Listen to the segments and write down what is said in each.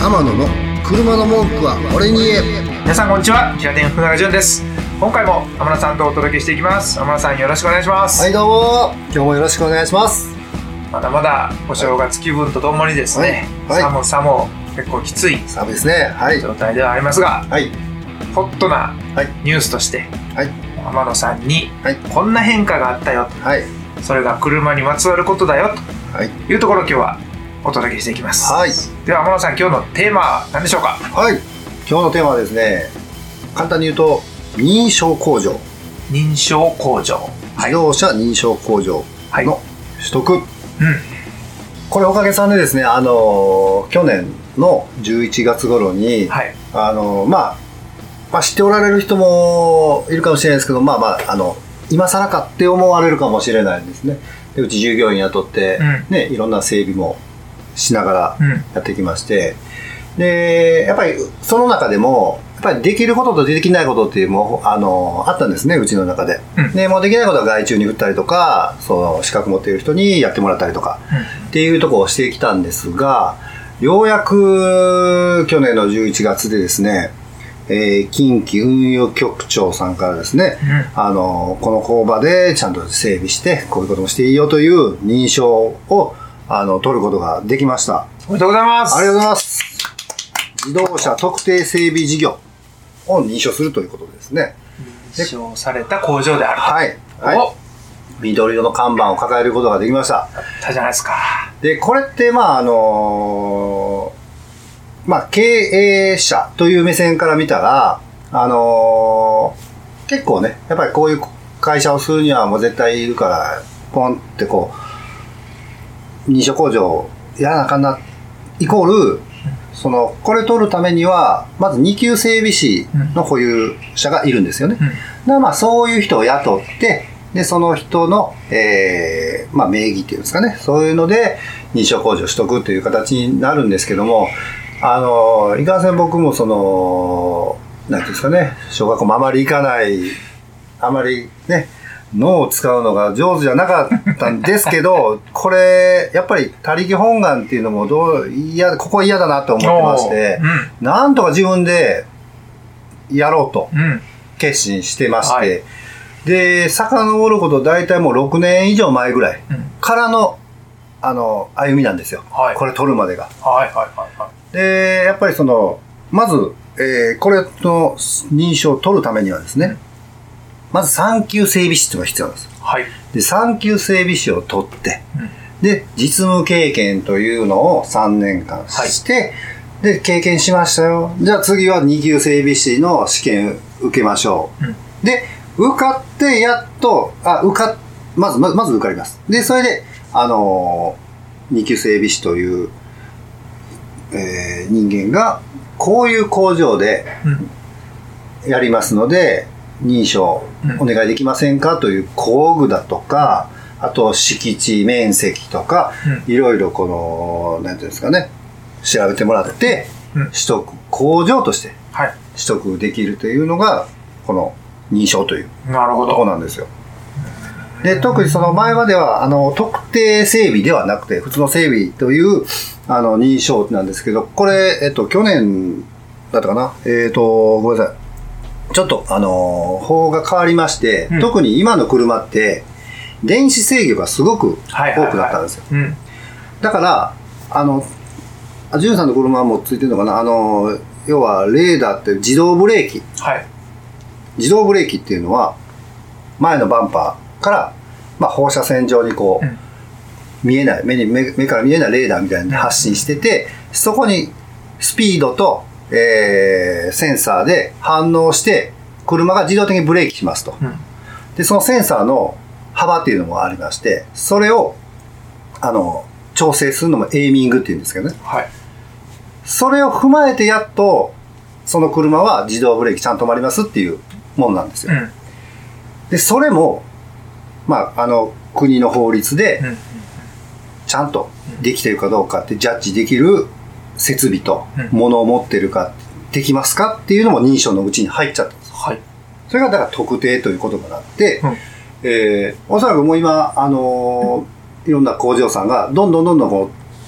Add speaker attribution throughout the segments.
Speaker 1: 天野の車の文句は俺に言え。
Speaker 2: 皆さんこんにちは、キラテン福永潤です。今回も天野さんとお届けしていきます。天野さんよろしくお願いします。
Speaker 1: はい、どうも今日もよろしくお願いします。
Speaker 2: まだまだお正月気分とともにですね、
Speaker 1: はいはい、
Speaker 2: 寒さも結構きつい
Speaker 1: 寒いですね、はい、
Speaker 2: 状態ではありますが、
Speaker 1: はい、
Speaker 2: ホットなニュースとして、はい、天野さんにこんな変化があったよと、はい、それが車にまつわることだよというところを今日はお届けしていきます。はい、では天野さん、今日のテーマは何でしょうか？
Speaker 1: はい、今日のテーマはですね、簡単に言うと認証工場、
Speaker 2: 認証工場、
Speaker 1: 自動車認証工場の取得、はい、これおかげさんでですね、去年の11月頃に、はい、まあ知っておられる人もいるかもしれないですけど、今更かって思われるかもしれないですね。でうち従業員雇って、ね、いろんな整備もしながらやってきまして、でやっぱりその中でもやっぱりできることとできないことっていうもあったんですね、うちの中で。でもうできないことは外注に振ったりとか、その資格持っている人にやってもらったりとか、っていうところをしてきたんですが、ようやく去年の11月でですね、近畿運輸局長さんからですね、この工場でちゃんと整備してこういうこともしていいよという認証を取ることができました。
Speaker 2: おめでとうございます。
Speaker 1: ありがとうございます。自動車特定整備事業を認証するということですね。
Speaker 2: 認証された工場であると。
Speaker 1: はい、はい、緑色の看板を抱えることができました。
Speaker 2: やったじゃないですか。で
Speaker 1: これって経営者という目線から見たら結構ね、やっぱりこういう会社をするにはもう絶対いるからポンってこう認証工場をやらなあかんなイコール、これ取るためにはまず2級整備士の保有者がいるんですよね。だからそういう人を雇って、でその人の、名義っていうんですかね、そういうので認証工場を取得という形になるんですけども、いかんせん僕もなんていうんですかね、小学校もあまり行かない、あまりね脳を使うのが上手じゃなかったんですけどこれやっぱり他力本願っていうのもここは嫌だなと思ってまして、なんとか自分でやろうと決心してまして、で遡ること大体もう6年以上前ぐらいからの歩みなんですよ、これ取るまでが。でやっぱりまず、これの認証を取るためにはですね、まず3級整備士っていうのが必要なんです。で3級整備士を取って、で実務経験というのを3年間して、で経験しましたよ、じゃあ次は2級整備士の試験受けましょう、で受かってやっとまず受かります。でそれで2級整備士という、人間がこういう工場でやりますので、認証お願いできませんかという工具だとか、あと敷地面積とか、いろいろなんていうんですかね、調べてもらって取得、工場として取得できるというのがこの認証というところなんですよ。で特にその前までは特定整備ではなくて普通の整備という認証なんですけど、これ去年だったかな、ごめんなさい、ちょっと法が変わりまして、特に今の車って電子制御がすごく多くなったんですよ。だからジュンさんの車もついてるのかな、要はレーダーって自動ブレーキ、自動ブレーキっていうのは前のバンパーから、放射線上にこう、見えない目から見えないレーダーみたいに発信してて、そこにスピードとセンサーで反応して車が自動的にブレーキしますと、でそのセンサーの幅っていうのもありまして、それを調整するのもエイミングっていうんですけどね、それを踏まえてやっとその車は自動ブレーキちゃんと止まりますっていうものなんですよ。でそれも国の法律でちゃんとできているかどうかってジャッジできる設備とものを持っているか、できますかっていうのも認証のうちに入っちゃったんです。それがだから特定ということになって、おそらくもう今いろんな工場さんがどんどんこう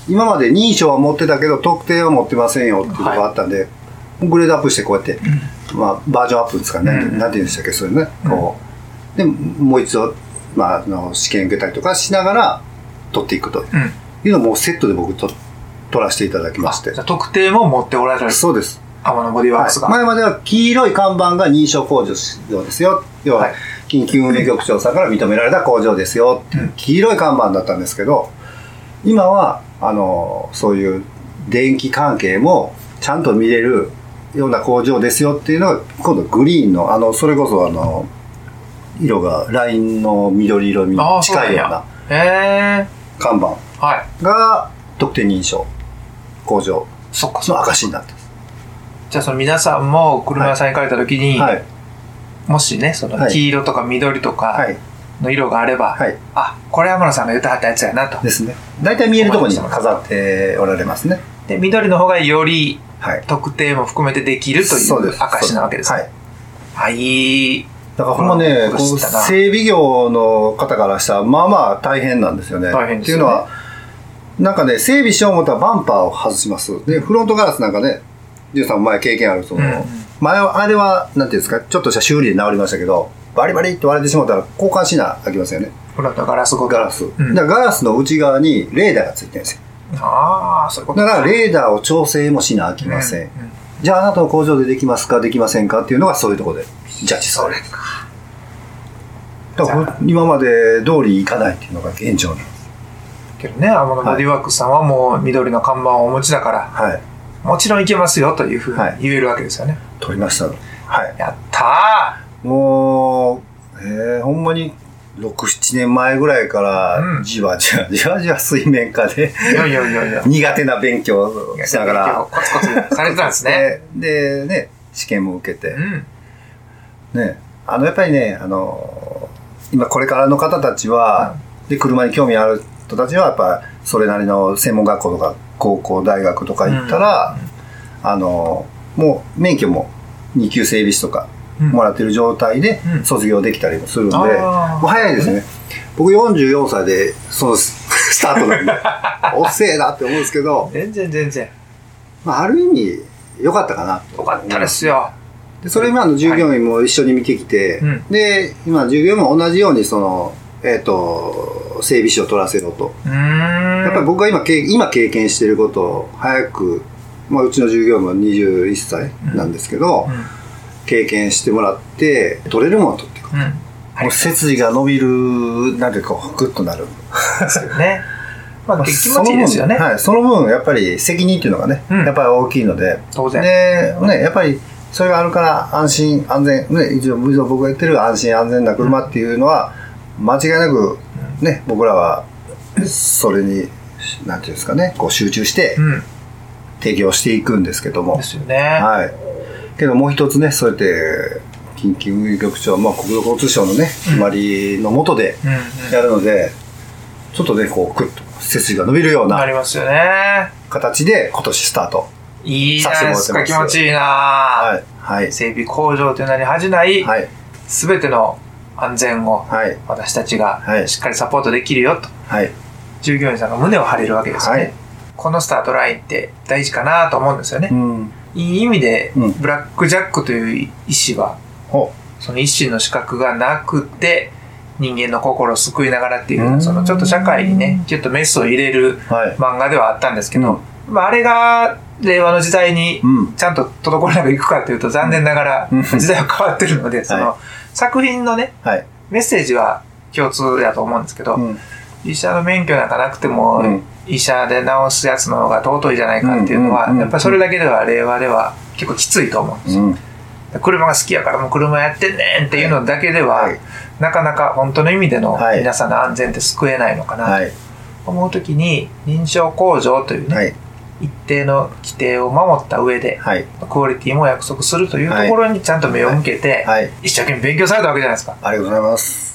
Speaker 1: 今まで認証は持ってたけど特定は持ってませんよっていうのがあったんで、グレードアップしてこうやって、まあ、バージョンアップですかね、なんていうんでしたっけ、それね、こうでもう一度、まあ、試験受けたりとかしながら取っていくというのをもうセットで僕取らせていただきまして。
Speaker 2: 特定も持っておられる。
Speaker 1: そうです。
Speaker 2: 天野ボディワークスが、
Speaker 1: 前までは黄色い看板が認証工場ですよ、要は緊急運営局長さんから認められた工場ですよっていう黄色い看板だったんですけど、今はそういう電気関係もちゃんと見れるような工場ですよっていうのが今度グリーンのそれこそ色がラインの緑色に近いような看板が特定認証工場の証になってます。
Speaker 2: じゃあ皆さんも車屋さんに行かれた時に、もしねその黄色とか緑とかの色があれば、あ、これ天野さんが言ってはったやつやなと
Speaker 1: ですね。大体見えるところに飾っておられますね。
Speaker 2: で緑の方がより特定も含めてできるという証なわけですね。いい。
Speaker 1: だからほんまね、整備業の方からしたらまあまあ大変なんですよね。
Speaker 2: 大変ですよね。
Speaker 1: っていうのはなんかね、整備しよう思ったらバンパーを外します。でフロントガラスなんかね、ジュンさん前経験ある前はあれはなんていうんですか、ちょっとした修理で治りましたけど、バリバリって割れてしまったら交換しなあきますよね。
Speaker 2: フロントガラスごと。
Speaker 1: ガラス。だからガラスの内側にレーダーがついてるんですよ。
Speaker 2: そういうこと。
Speaker 1: だからレーダーを調整もしなあきません。じゃああなたの工場でできますかできませんかっていうのがそういうところでジャッジされる。だから今まで通りいかないっていうのが現状なんです。
Speaker 2: けどね、天野ボディワークスさんはもう緑の看板をお持ちだから、もちろんいけますよというふうに言えるわけですよね。
Speaker 1: 取りました。
Speaker 2: やった
Speaker 1: ー。もう、ほんまに6、7年前ぐらいからじわじわ水面下で苦手な勉強をしながら
Speaker 2: コツコツされてたんですね。
Speaker 1: でね、試験も受けて、ね、やっぱりね、今これからの方たちは、で車に興味ある人たちはやっぱそれなりの専門学校とか高校大学とか行ったら、もう免許も2級整備士とかもらってる状態で卒業できたりもするんで、もう早いですね。僕44歳でそのスタートなんでおっせえなって思うんですけど、
Speaker 2: 全然、
Speaker 1: まあ、ある意味良かったかな。
Speaker 2: 良かったですよ。
Speaker 1: でそれ今の従業員も一緒に見てきて、で今従業員も同じようにその整備士を取らせようと。やっぱり僕が今経験していることを早く、まあ、うちの従業員も21歳なんですけど、経験してもらって取れるものを取っていく、もう背筋が伸びる、なんていうかグッとなる
Speaker 2: ですよね。まあ、気持ちいいですよね。
Speaker 1: その分やっぱり責任っていうのがね、やっぱり大きいので、
Speaker 2: 当然
Speaker 1: で、ね、やっぱりそれがあるから安心安全、ね、一応僕が言ってる安心安全な車っていうのは間違いなくね、僕らはそれになんていうんですかね、こう集中して提供していくんですけども、
Speaker 2: ですよね。
Speaker 1: けどもう一つね、そうやって近畿運輸局長、まあ、国土交通省のね決まりの下でやるので、ちょっとねこうクッと背筋が伸びるような
Speaker 2: なりますよね。
Speaker 1: 形で今年スタート
Speaker 2: いいじゃないですか。気持ちいいな、整備工場という名に恥じない、全ての安全を私たちがしっかりサポートできるよと、従業員さんが胸を張れるわけですね。このスタートラインって大事かなと思うんですよね。いい意味で、ブラックジャックという意志は、その一心の資格がなくて人間の心を救いながらっていう、そのちょっと社会にねちょっとメスを入れる漫画ではあったんですけど、あれが令和の時代にちゃんと滞りなくいくかというと残念ながら時代は変わってるので、その作品のねメッセージは共通だと思うんですけど、医者の免許なんかなくても医者で治すやつの方が尊いじゃないかっていうのは、やっぱりそれだけでは令和では結構きついと思うんですよ。車が好きやからもう車やってんねんっていうのだけでは、なかなか本当の意味での皆さんの安全って救えないのかなと思うときに、認証工場というね、一定の規定を守った上で、クオリティも約束するというところにちゃんと目を向けて、一生懸命勉強されたわけじゃないですか。
Speaker 1: ありがとうございます。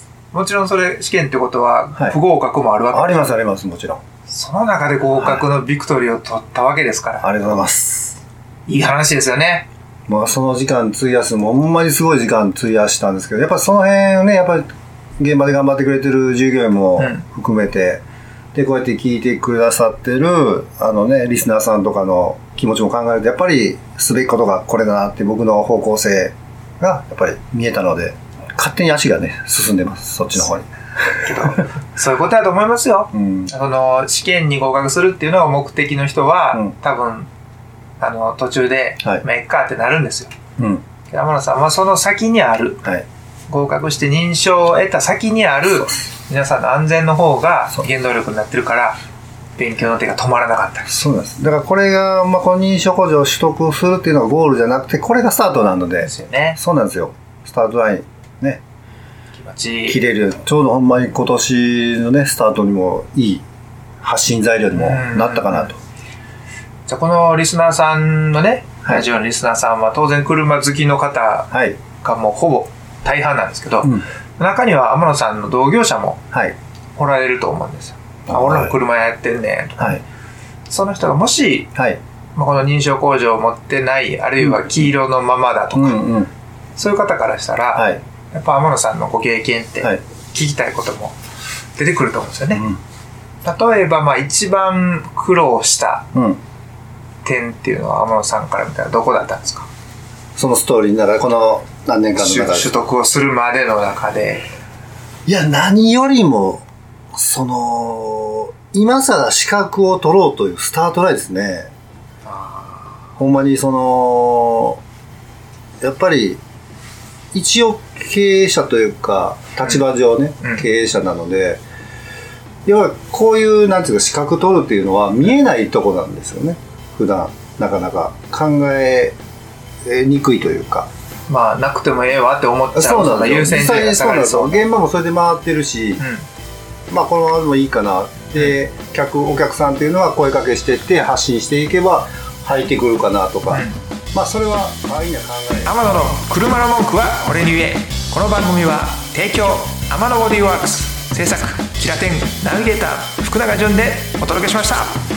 Speaker 2: もちろんそれ試験ってことは不合格もあるわけです、
Speaker 1: ありますあります、もちろん。
Speaker 2: その中で合格のビクトリーを取ったわけですから、
Speaker 1: ありがとうございます。
Speaker 2: いい話ですよね。
Speaker 1: まあその時間費やすもほんまにすごい時間費やしたんですけど、やっぱその辺ね、やっぱり現場で頑張ってくれてる従業員も含めて、 で、こうやって聞いてくださってる、リスナーさんとかの気持ちも考えると、やっぱりすべきことがこれだなって僕の方向性がやっぱり見えたので、勝手に足がね、進んでます、そっちの方に。
Speaker 2: けどそういうことだと思いますよ。試験に合格するっていうのが目的の人は、多分、途中で、めっかってなるんですよ。天野さんはその先にある、合格して認証を得た先にある皆さんの安全の方が原動力になってるから勉強の手が止まらなかったり。
Speaker 1: そうなんです。だからこれが、この認証工場を取得するっていうのがゴールじゃなくて、これがスタートなので。
Speaker 2: ですよね。
Speaker 1: そうなんですよ。スタートラインね、
Speaker 2: 気持ちいい。
Speaker 1: 切れる。ちょうどほんまに今年のねスタートにもいい発信材料にもなったかなと。
Speaker 2: じゃあこのリスナーさんのね、ラジオのリスナーさんは当然車好きの方がもうほぼ大半なんですけど、中には天野さんの同業者もおられると思うんですよ。俺も車やってんねんとか、その人がもし、この認証工場を持ってない、あるいは黄色のままだとか、そういう方からしたら、やっぱ天野さんのご経験って聞きたいことも出てくると思うんですよね。例えば一番苦労した点っていうのは天野さんから見たらどこだったんですか？
Speaker 1: そのストーリーの中、この何年間の中で
Speaker 2: 取得をするまでの中で。
Speaker 1: いや、何よりも今更資格を取ろうというスタートラインですね。ほんまにやっぱり一応経営者というか立場上ね、経営者なので、要はこういうなんていうか資格取るっていうのは見えないとこなんですよね。普段なかなか考えにくいというか、
Speaker 2: なくてもええわって思っちゃうのが優先順位が下がりそう。
Speaker 1: 現場もそれで回ってるし、このままでもいいかなで、お客さんっていうのは声かけしてって発信していけば入ってくるかなとか、それはいいな考え。
Speaker 2: 天野の車の文句は俺に言え。この番組は提供天野ボディーワークス、制作キラテンナビゲーター福永潤でお届けしました。